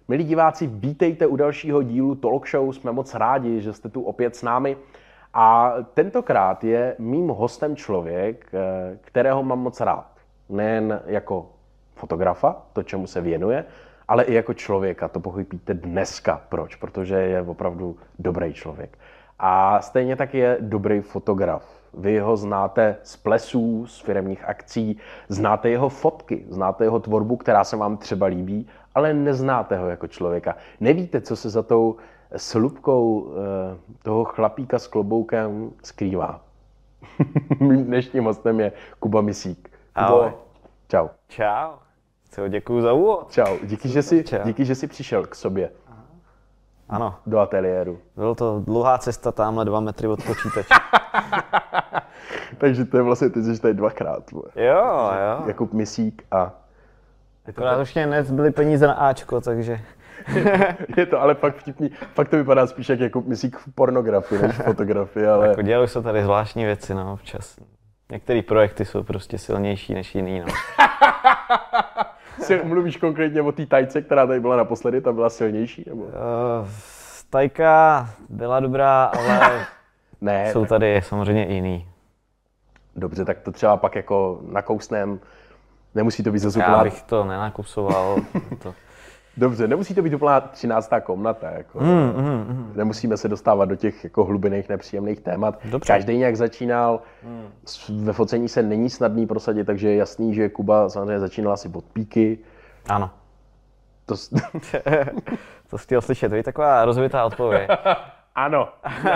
Milí diváci, vítejte u dalšího dílu Talk Show. Jsme moc rádi, že jste tu opět s námi. A tentokrát je mým hostem člověk, kterého mám moc rád. Nejen jako fotografa, to, čemu se věnuje, ale i jako člověka. To pochopíte dneska. Proč? Protože je opravdu dobrý člověk. A stejně tak je dobrý fotograf. Vy ho znáte z plesů, z firemních akcí, znáte jeho fotky, znáte jeho tvorbu, která se vám třeba líbí, ale neznáte ho jako člověka. Nevíte, co se za tou slupkou toho chlapíka s kloboukem skrývá. Mým dnešním hostem je Kuba Misík. Ahoj. Čau. Čau. Děkuju za úvod. Čau. Díky, že jsi přišel k sobě. Ano. Do ateliéru. Bylo to dlouhá cesta, tamhle 2 metry od počítače. Takže to je vlastně, ty jsi tady dvakrát. Jo. Jakub Misík a... Akorát už mě nezbyly peníze na Ačko, takže... Je to ale fakt vtipný. Fakt to vypadá spíš jak Jakub Misík v pornografii než v fotografii, ale... Jako dělají se tady zvláštní věci, no, občas. Některé projekty jsou prostě silnější než jiný, no. Mluvíš konkrétně o té tajce, která tady byla naposledy, ta byla silnější, nebo? Tajka byla dobrá, ale ne, jsou tady samozřejmě jiný. Dobře, tak to třeba pak jako nakousnem. Nemusí to být zase Já bych to nenakusoval. Dobře, nemusí to být úplná 13. komnata. Jako. Nemusíme se dostávat do těch jako hlubinných, nepříjemných témat. Dobře. Každý nějak začínal. Ve focení se není snadný prosadit, takže je jasný, že Kuba samozřejmě začínal asi od píky. Ano. To To jsi chtěl slyšet, to je taková rozvitá odpověď. Ano.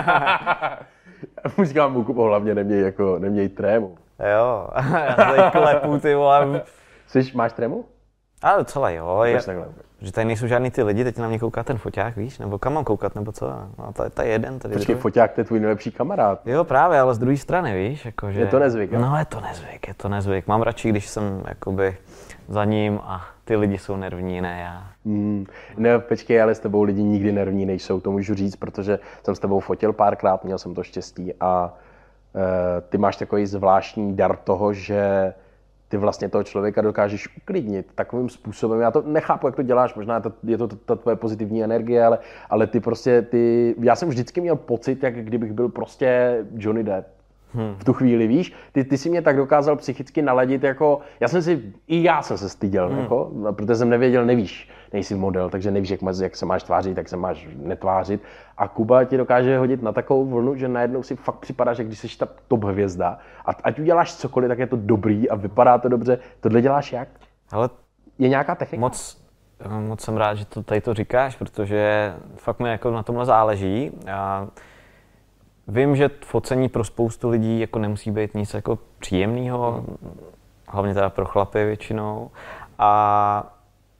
Už říkám mu, Kubo, hlavně neměj trému. Jo, já tady klepu, ty vole. Máš trému? Ale docela jo, že tady nejsou žádný ty lidi, teď na mě kouká ten foťák, víš, nebo kam mám koukat, nebo co? No, tady jeden, tady Počkej, foťák, to je tvůj nejlepší kamarád. Jo, právě, ale z druhé strany, víš, jakože... Je to nezvyk, jo? No, je to nezvyk. Mám radši, když jsem jakoby za ním a ty lidi jsou nervní, ne já. Ne, počkej, ale s tebou lidi nikdy nervní nejsou, to můžu říct, protože jsem s tebou fotil párkrát, měl jsem to štěstí a ty máš takový zvláštní dar toho, že ty vlastně toho člověka dokážeš uklidnit takovým způsobem. Já to nechápu, jak to děláš, možná je to ta tvoje pozitivní energie, ale já jsem vždycky měl pocit, jak kdybych byl prostě Johnny Depp. V tu chvíli, víš, ty si mě tak dokázal psychicky naladit, jako, já jsem se styděl, jako, protože jsem nevěděl, nevíš, nejsi model, takže nevíš, jak se máš tvářit, jak se máš netvářit. A Kuba ti dokáže hodit na takovou vlnu, že najednou si fakt připadáš, že když jsi ta top hvězda, a ať uděláš cokoliv, tak je to dobrý a vypadá to dobře. Tohle děláš jak? Ale je nějaká technika? Moc jsem rád, že tady to říkáš, protože fakt mi jako na tomhle záleží. Vím, že focení pro spoustu lidí jako nemusí být nic jako příjemného, hlavně teda pro chlapy většinou. A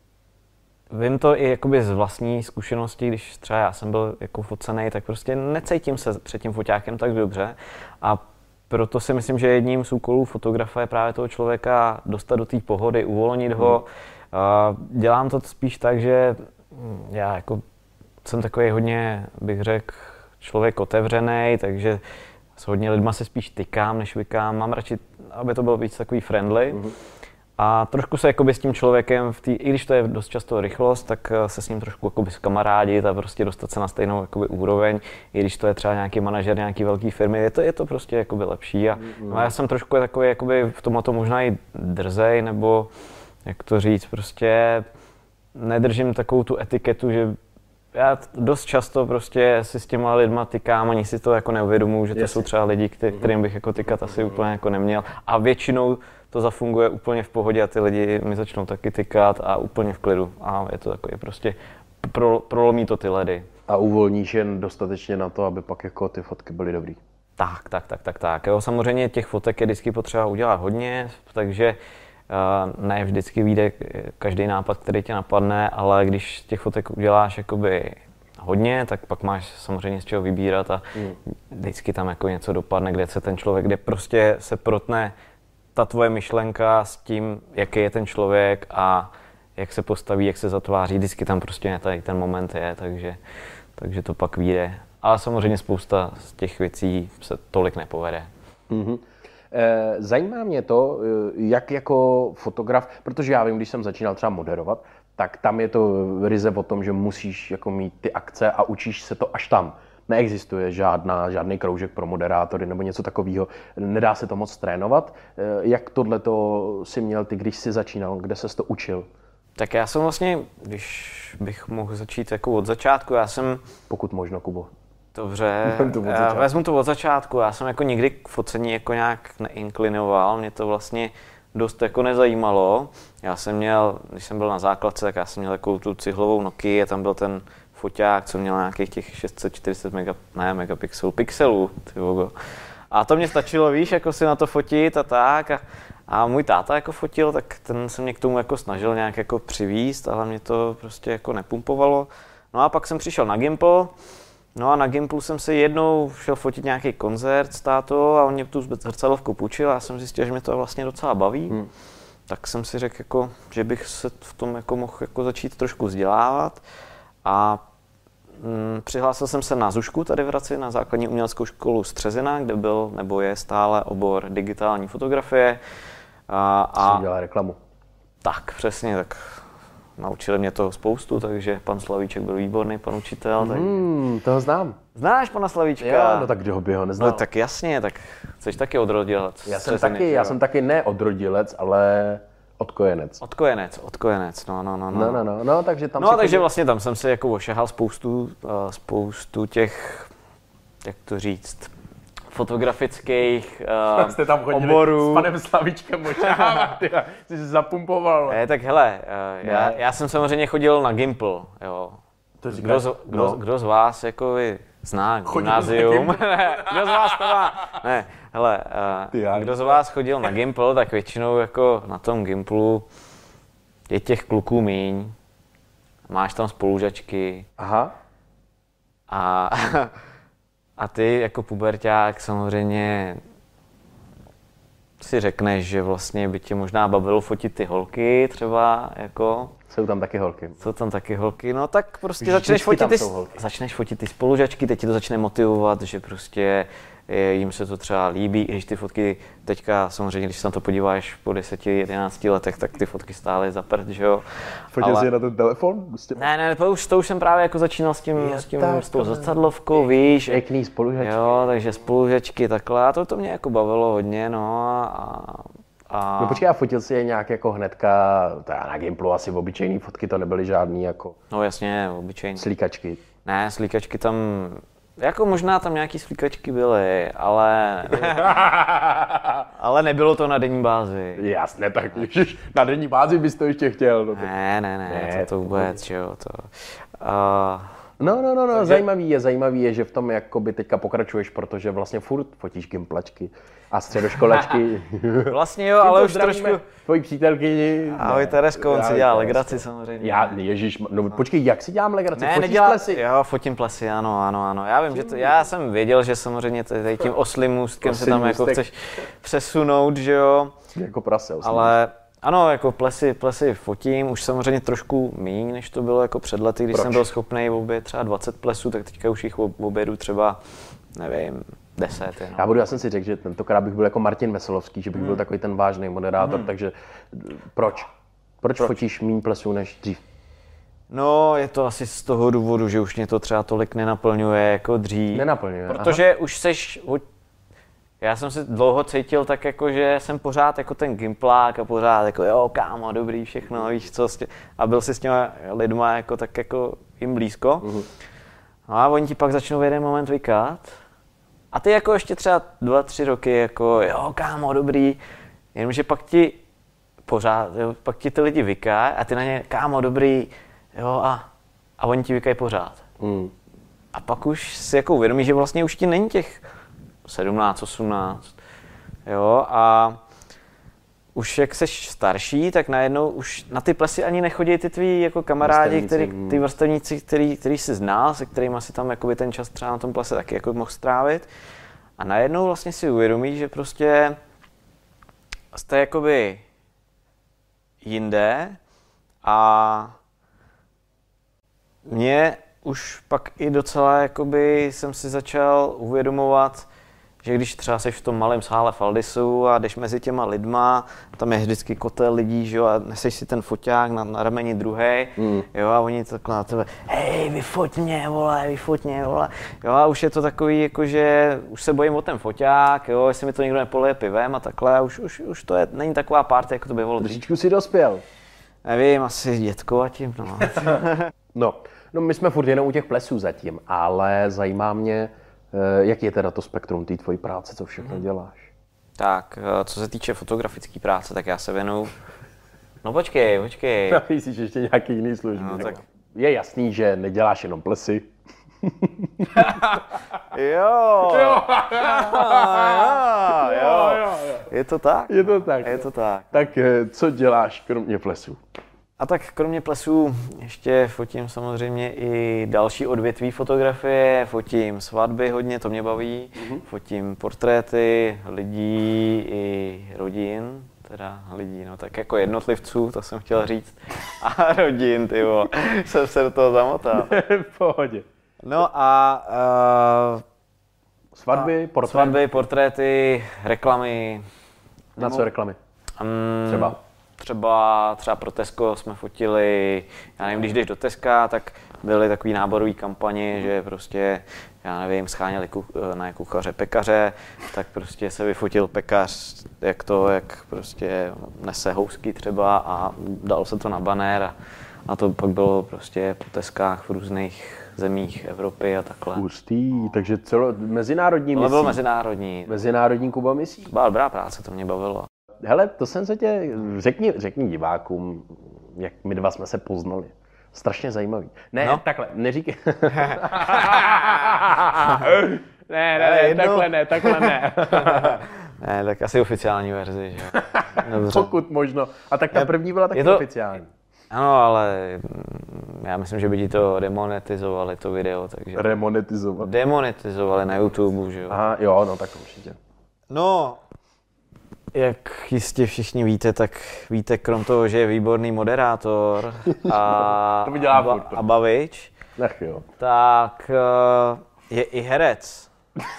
vím to i jakoby z vlastní zkušenosti, když třeba já jsem byl jako focenej, tak prostě necítím se před tím foťákem tak dobře. A proto si myslím, že jedním z úkolů fotografa je právě toho člověka dostat do té pohody, uvolnit ho. Dělám to spíš tak, že já jako jsem takový hodně, bych řekl, člověk otevřenej, takže s hodně lidma se spíš tykám, než vykám. Mám radši, aby to bylo víc takový friendly. A trošku se jakoby s tím člověkem, i když to je dost často rychlost, tak se s ním trošku jakoby zkamarádit a prostě dostat se na stejnou jakoby úroveň. I když to je třeba nějaký manažer nějaký velký firmy, je to prostě jakoby lepší. A já jsem trošku takový jakoby v tomhle možná i drzej, nebo jak to říct, prostě nedržím takovou tu etiketu, že já dost často prostě si s těma lidma tykám, ani si to jako neuvědomuji, že to jsou třeba lidi, kterým bych jako tykat asi úplně jako neměl. A většinou to zafunguje úplně v pohodě a ty lidi mi začnou taky tykat a úplně v klidu. A je to takový prostě, prolomí to ty ledy. A uvolníš jen dostatečně na to, aby pak jako ty fotky byly dobrý. Tak. Jo, samozřejmě těch fotek je vždycky potřeba udělat hodně, takže ne vždycky vyjde každý nápad, který tě napadne, ale když těch fotek uděláš jakoby hodně, tak pak máš samozřejmě z čeho vybírat a vždycky tam jako něco dopadne, kde prostě se protne ta tvoje myšlenka s tím, jaký je ten člověk a jak se postaví, jak se zatváří, vždycky tam prostě tady ten moment je, takže to pak vyjde. Ale samozřejmě spousta z těch věcí se tolik nepovede. Zajímá mě to, jak jako fotograf, protože já vím, když jsem začínal třeba moderovat, tak tam je to ryze o tom, že musíš jako mít ty akce a učíš se to až tam. Neexistuje žádný kroužek pro moderátory nebo něco takového. Nedá se to moc trénovat. Jak tohleto si měl ty, když jsi začínal? Kde ses to učil? Tak já jsem vlastně, když bych mohl začít jako od začátku, já jsem... Pokud možno, Kubo. Dobře, vezmu to od začátku. Já jsem jako nikdy k focení jako nějak neinklinoval, mě to vlastně dost jako nezajímalo. Já jsem měl, když jsem byl na základce, tak já jsem měl takovou tu cihlovou Nokii a tam byl ten foťák, co měl nějakých těch 640 pixelů. A to mě stačilo, víš, jako si na to fotit a tak. A můj táta jako fotil, tak ten se mě k tomu jako snažil nějak jako přivízt, ale mě to prostě jako nepumpovalo. No a pak jsem přišel na Gimpl. No a na Gimplu jsem si jednou šel fotit nějaký koncert s tátou a on mě tu zrcadlovku půjčil a já jsem zjistil, že mě to vlastně docela baví. Tak jsem si řekl, jako, že bych se v tom jako mohl jako začít trošku vzdělávat. A přihlásil jsem se na Zušku tady v Hradci, na základní uměleckou školu Střezina, kde byl nebo je stále obor digitální fotografie. A dělá reklamu. Tak, přesně, tak naučili mě toho spoustu, takže pan Slavíček byl výborný, pan učitel. Tak... Toho znám. Znáš pana Slavíčka? Jo, no tak kdo by ho neznal. No tak jasně, tak jsi taky odrodilec. Já jsem taky ne odrodilec, ale odkojenec. Odkojenec, No, takže tam takže vlastně tam jsem si jako ošahal spoustu těch, jak to říct, fotografických jste tam chodili oborů. S panem Slavíčkem očávat, ty jsi se zapumpoval. Tak hele, já jsem samozřejmě chodil na Gimpl, jo. Kdo z vás jako zná gymnázium? Kdo z vás to má? Ne, hele, kdo z vás chodil na Gimpl, tak většinou jako na tom Gimplu je těch kluků míň. Máš tam spolužačky. Aha. A ty jako puberťák samozřejmě si řekneš, že vlastně by tě možná bavilo fotit ty holky třeba, jako. Jsou tam taky holky. No tak prostě začneš fotit ty spolužačky, teď ti to začne motivovat, že prostě jim se to třeba líbí, i když ty fotky teďka samozřejmě, když se na to podíváš po 10-11 letech, tak ty fotky stály za prd, že jo. Fotil jsi na ten telefon? Ne, to už jsem právě jako začínal s tou zrcadlovkou, víš. Pěkný spolužačky. Jo, takže spolužačky takhle, a to mě jako bavilo hodně, no No počkej, a fotil si je nějak jako hnedka, na Gimplu asi obyčejný fotky, to nebyly žádný jako... No jasně, obyčejný. Slíkačky. Ne, slíkačky tam... Jako možná tam nějaký slíkačky byly, ale nebylo to na denní bázi. Jasně, tak na denní bázi bys to ještě chtěl. No to... Ne, to vůbec, že jo, to... No, takže... zajímavý je, že v tom jakoby teďka pokračuješ, protože vlastně furt fotíš gimplačky a středoškolačky. Vlastně jo, ale už trošku... Tvojí přítelkyni. Ahoj Teresko, on si dělá legraci samozřejmě. Počkej, jak si dělám legraci? Fotíš plesy? Jo, fotím plesy, ano. Já vím, že to, já jsem věděl, že samozřejmě tady tím oslým můstkem se tam jako chceš přesunout, že jo. Jako prase. Ale ano, jako plesy fotím, už samozřejmě trošku míň, než to bylo jako před lety, když jsem byl schopný obět třeba 20 plesů, tak teďka už jich obědu třeba, nevím, 10. Já jsem si řekl, že tentokrát bych byl jako Martin Veselovský, že bych byl takový ten vážný moderátor, takže proč? Proč fotíš míň plesů než dřív? No, je to asi z toho důvodu, že už mě to třeba tolik nenaplňuje jako dřív. Protože už seš... Já jsem se dlouho cítil tak jako, že jsem pořád jako ten gimplák a pořád jako jo, kámo, dobrý, všechno, víš co, a byl si s těma lidma jako tak jako jim blízko. No a oni ti pak začnou v jeden moment vykat. A ty jako ještě třeba 2-3 roky jako jo, kámo, dobrý, jenomže pak ti ty lidi vykají a ty na ně, kámo, dobrý, jo, a oni ti vykají pořád. A pak už si jako uvědomí, že vlastně už ti není těch 17, 18, jo, a už jak seš starší, tak najednou už na ty plesy ani nechodí ty tví jako kamarádi, ty vrstevníci, který jsi znal, se kterými si tam jakoby ten čas třeba na tom plese taky jako mohl strávit. A najednou vlastně si uvědomí, že prostě jste jakoby jinde a mě už pak i docela jakoby jsem si začal uvědomovat, že když třeba seš v tom malém sále Faldisu a jdeš mezi těma lidma, tam je vždycky kotel lidí, že jo, a neseš si ten foťák na rameni druhej, jo, a oni takhle na tebe, hej, vyfoť mě, vole, jo, a už je to takový, jakože už se bojím o ten foťák, jo, jestli mi to někdo nepolije pivem a takhle, a už to není taková party, jako to bývalo dřív. Trošičku si dospěl. Nevím, asi dětko a tím, no. No, my jsme furt jenom u těch plesů zatím, ale zajímá mě, jaký je teda to spektrum té tvojí práce, co všechno děláš? Tak, co se týče fotografické práce, tak já se věnuju. No počkej. Myslíš ještě nějaký jiný služby? No, tak... Je jasný, že neděláš jenom plesy. Jo. Je to tak? Je to tak. Tak co děláš kromě plesů? A tak kromě plesů ještě fotím samozřejmě i další odvětví fotografie, fotím svatby hodně, to mě baví, fotím portréty lidí i rodin, teda lidí, no tak jako jednotlivců, to jsem chtěl říct, a rodin, ty vole, jsem se do toho zamotal. V pohodě. No a svatby, portréty, reklamy. Na co reklamy? Třeba? Třeba pro Tesco jsme fotili, já nevím, když jdeš do Teska, tak byly takový náborový kampaně, že prostě, já nevím, scháněli na kuchaře, pekaře, tak prostě se vyfotil pekař, jak prostě nese housky třeba a dalo se to na bannér a to pak bylo prostě po Teskách v různých zemích Evropy a takhle. Hustý, takže mezinárodní misí. To bylo mezinárodní. Mezinárodní Kuba misí. Byla dobrá práce, to mě bavilo. Hele, to jsem se tě, řekni divákům, jak my dva jsme se poznali. Strašně zajímavý. Ne, no. Takhle, neříkej. takhle ne. Ne, tak asi oficiální verzi, že? Dobře. Pokud možno. A tak ta první byla taky oficiální. Ano, ale já myslím, že by ti to demonetizovali, to video, takže... Demonetizovali na YouTube, že jo? Aha, jo, no tak určitě. No, jak jistě všichni víte, tak víte, krom toho, že je výborný moderátor a, a bavič, tak je i herec.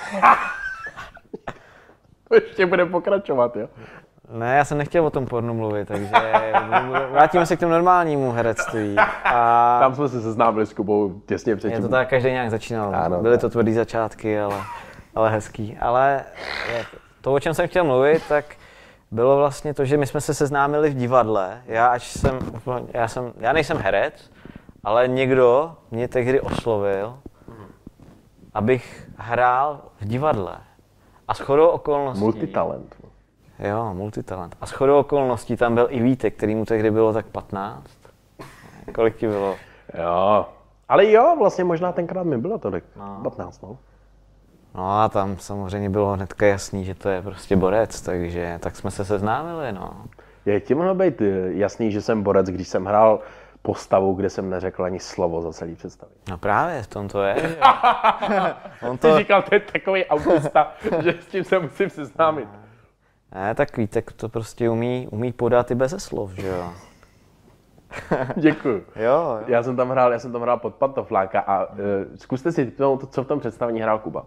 To ještě bude pokračovat, jo? Ne, já jsem nechtěl o tom pornu mluvit, takže vrátíme se k tomu normálnímu herectví. A tam jsme se seznámili s Kubou těsně předtím. Je to tak, každý nějak začínal. Ano, byly to tvrdý začátky, ale hezký. Ale to, o čem jsem chtěl mluvit, tak bylo vlastně to, že my jsme se seznámili v divadle. Já nejsem herec, ale někdo mě tehdy oslovil, abych hrál v divadle. A shodou okolností... Multitalent. Jo, multitalent. A shodou okolností tam byl i Vítek, který mu tehdy bylo tak 15. Kolik ti bylo? Jo, ale jo, vlastně možná tenkrát mi bylo tolik. 15, no. No a tam samozřejmě bylo hnedka jasný, že to je prostě borec, takže tak jsme se seznámili, no. Je ti mohlo být jasný, že jsem borec, když jsem hrál postavu, kde jsem neřekl ani slovo za celý představení. No právě, v tom to je. Ty říkal, to je takový autista, že s tím se musím seznámit. Ne, tak Vítek to prostě umí podat i beze slov, že jo. Děkuju. Jo. Já jsem tam hrál pod pantofláka a zkuste si typnout, co v tom představení hrál Kuba.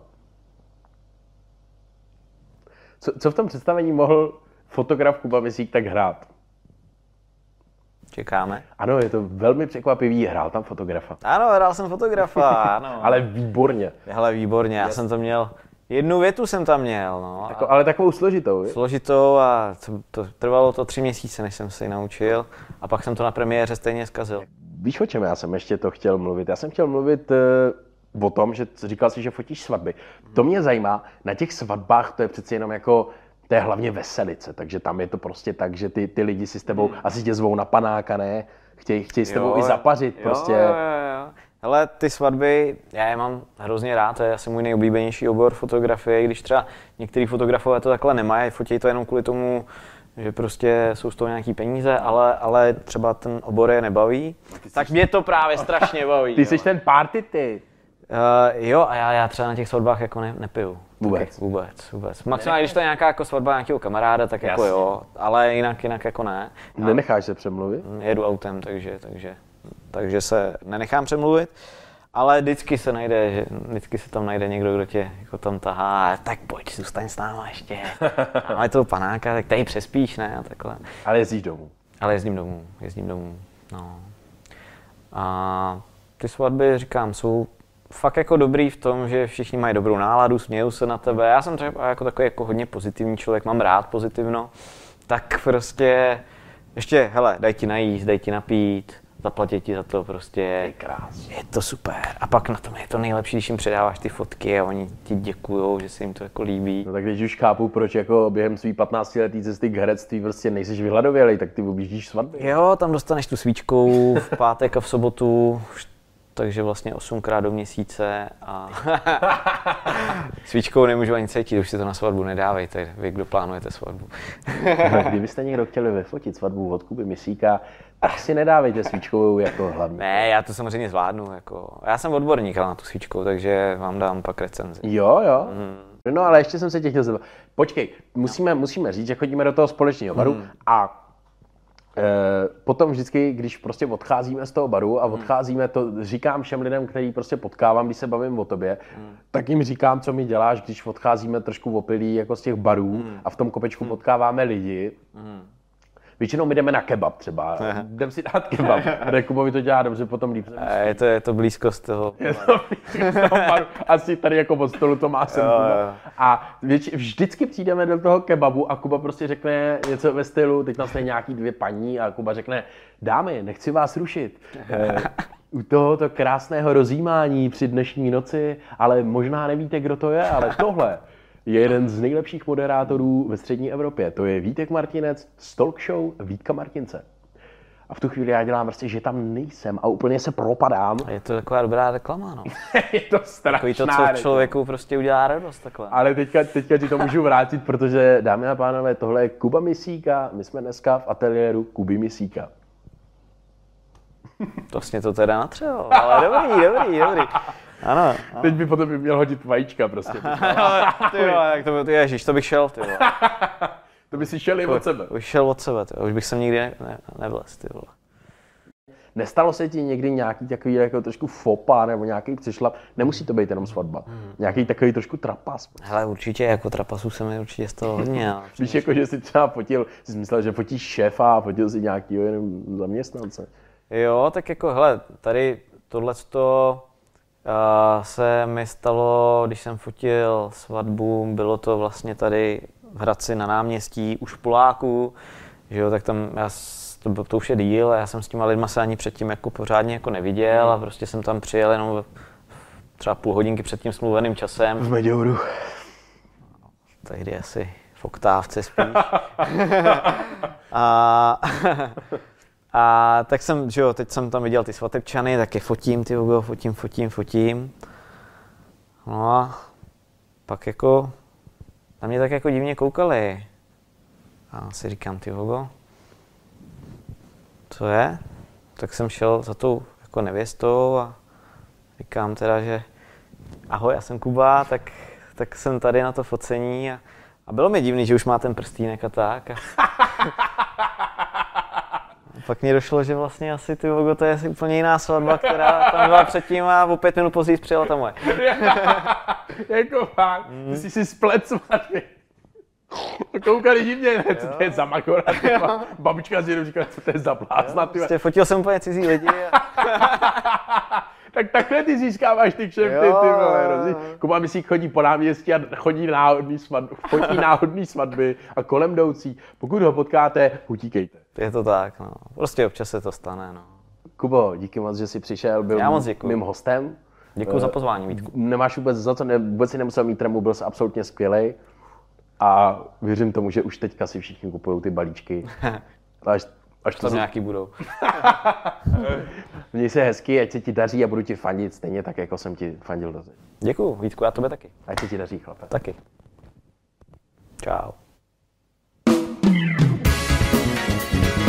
Co v tom představení mohl fotograf Kuba Misík tak hrát? Čekáme. Ano, je to velmi překvapivý, hrál tam fotografa. Ano, hrál jsem fotografa, ano. Ale výborně. Hele, výborně, já jsem to měl, jednu větu jsem tam měl, no. Ale takovou složitou, je? Složitou a trvalo to 3 měsíce, než jsem se ji naučil a pak jsem to na premiéře stejně zkazil. Víš, o čem já jsem ještě to chtěl mluvit? Já jsem chtěl mluvit o tom, že říkal jsi, že fotíš svatby. To mě zajímá, na těch svatbách to je přeci jenom jako, to je hlavně veselice, takže tam je to prostě tak, že ty lidi si s tebou asi tě zvou na panáka, ne? Chtějí s tebou i zapařit prostě. Jo. Hele, ty svatby, já je mám hrozně rád, to je asi můj nejoblíbenější obor fotografie, i když třeba některý fotografové to takhle nemají, fotí to jenom kvůli tomu, že prostě jsou z toho nějaký peníze, ale třeba ten obor je nebaví, tak mě to právě strašně baví. Ty jsi ten party ty. Jo, a já třeba na těch svatbách jako nepiju. Vůbec? Vůbec. Maximálně, když to je nějaká jako svatba nějakého kamaráda, tak jako jo, ale jinak jako ne. Nenecháš se přemluvit? Jedu autem, takže se nenechám přemluvit. Ale vždycky se tam najde někdo, kdo tě jako tam tahá, tak pojď, zůstaň s náma ještě. Ale toho panáka, tak tady přespíš, ne? A takhle. Ale jezdíš domů. Ale jezdím domů, no. A ty svatby, říkám, jsou fakt jako dobrý v tom, že všichni mají dobrou náladu, smějou se na tebe. Já jsem třeba jako takový jako hodně pozitivní člověk, mám rád pozitivno. Tak prostě ještě, hele, daj ti najíst, daj ti napít, zaplatí ti za to prostě. Je to super. A pak na tom je to nejlepší, když jim předáváš ty fotky a oni ti děkujou, že se jim to jako líbí. No tak když už chápu, proč jako během svý 15letý cesty k herectví prostě nejseš vyhladovělej, tak ty objíždíš svatby. Jo, tam dostaneš tu svíčkou v pátek a v sobotu, takže vlastně 8krát do měsíce a svíčkou nemůžu ani cítit, už si to na svatbu nedávejte, vy, kdo plánujete svatbu. Kdybyste někdo chtěli vyfotit svatbu od Kuby Misíka, tak si nedávejte svíčkovou jako hlavní. Ne, já to samozřejmě zvládnu. Jako. Já jsem odborník na tu svíčkou, takže vám dám pak recenzi. Jo. No ale ještě jsem se tě chtěl zeptat. Počkej, musíme říct, že chodíme do toho společného baru a potom vždycky, když prostě odcházíme z toho baru a odcházíme, to říkám všem lidem, který prostě potkávám, když se bavím o tobě, tak jim říkám, co mi děláš, když odcházíme trošku opilí jako z těch barů a v tom kopečku potkáváme lidi. Většinou my jdeme na kebab třeba, jdem si dát kebab, kde Kubovi to dělá dobře, potom líp. Je to blízkost toho. Je to blízkost toho baru, asi tady jako od stolu to má sem. A vždycky přijdeme do toho kebabu a Kuba prostě řekne něco ve stylu, teď nás tady nějaký 2 paní a Kuba řekne, dámy, nechci vás rušit. U tohoto krásného rozjímání při dnešní noci, ale možná nevíte, kdo to je, ale tohle je jeden z nejlepších moderátorů ve střední Evropě. To je Vítek Martinec z talk show Vítka Martince. A v tu chvíli já dělám prostě, že tam nejsem a úplně se propadám. Je to taková dobrá reklama, no. Je to strašná takový to, co člověku prostě udělá radost takhle. Ale teďka ti to můžu vrátit, protože dámy a pánové, tohle je Kuba Misíka. My jsme dneska v ateliéru Kuby Misíka. Vlastně to teda natřelo, ale dobrý. Ano. Teď by potom měl hodit vajíčka prostě. Ty vole, tak to ježiš, to bych šel, ty vole. To by si šel i od sebe. Už šel od sebe, už bych sem nikdy nevlez, ty vole. Nestalo se ti někdy nějaký takový jako trošku fopa nebo nějaký přešlap? Nemusí to být jenom svatba. Nějaký takový trošku trapas. Hele, určitě, jako trapasů se mi určitě stalo hodně. Víš, jako že si třeba fotil, jsi myslel, že fotíš šéfa a fotil si nějakýho jenom zaměstnance. Jo, tak jako, hele, tady tohleto se mi stalo, když jsem fotil svatbu, bylo to vlastně tady v Hradci na náměstí u Špoláků, že jo, tak tam to už je díl a já jsem s těma lidma se ani předtím jako pořádně jako neviděl a prostě jsem tam přijel jenom třeba půl hodinky před tím smluveným časem. V Meďouru. Tehdy asi v Oktávce spíš. A tak jsem, že jo, teď jsem tam viděl ty svatebčany, tak je fotím, fotím. No a pak jako na mě tak jako divně koukali. A si říkám, ty vogo, co je? Tak jsem šel za tou jako nevěstou a říkám teda, že ahoj, já jsem Kuba, tak jsem tady na to focení a bylo mi divný, že už má ten prstínek a tak. Pak mi došlo, že vlastně asi ty vogo, to je úplně jiná svatba, která tam byla předtím a o 5 minut později přijela ta moje. Jako fakt, ty jsi si splet svatby. Koukali divně, ne, co to je za makora, babička z jenom říkala, co to je za blázna. Prostě fotil jsem úplně cizí lidi. Tak takhle ty získáváš ty kšefty, ty vole. Kuba Misík chodí po náměstí a chodí fotí náhodný svatby a kolem jdoucí. Pokud ho potkáte, utíkejte. Je to tak, no. Prostě občas se to stane, no. Kubo, díky moc, že jsi přišel, byl mým hostem. Děkuji za pozvání, Vítku. Nemáš vůbec za co, vůbec si nemusel mít tremu, byl jsi absolutně skvělej. A věřím tomu, že už teďka si všichni kupují ty balíčky. Až tam nějaký budou. Měj se hezky, ať se ti daří a budu ti fandit stejně tak, jako jsem ti fandil doteď. Děkuju, Vítku, já tobě taky. Ať se ti daří, chlape. Taky. Čau.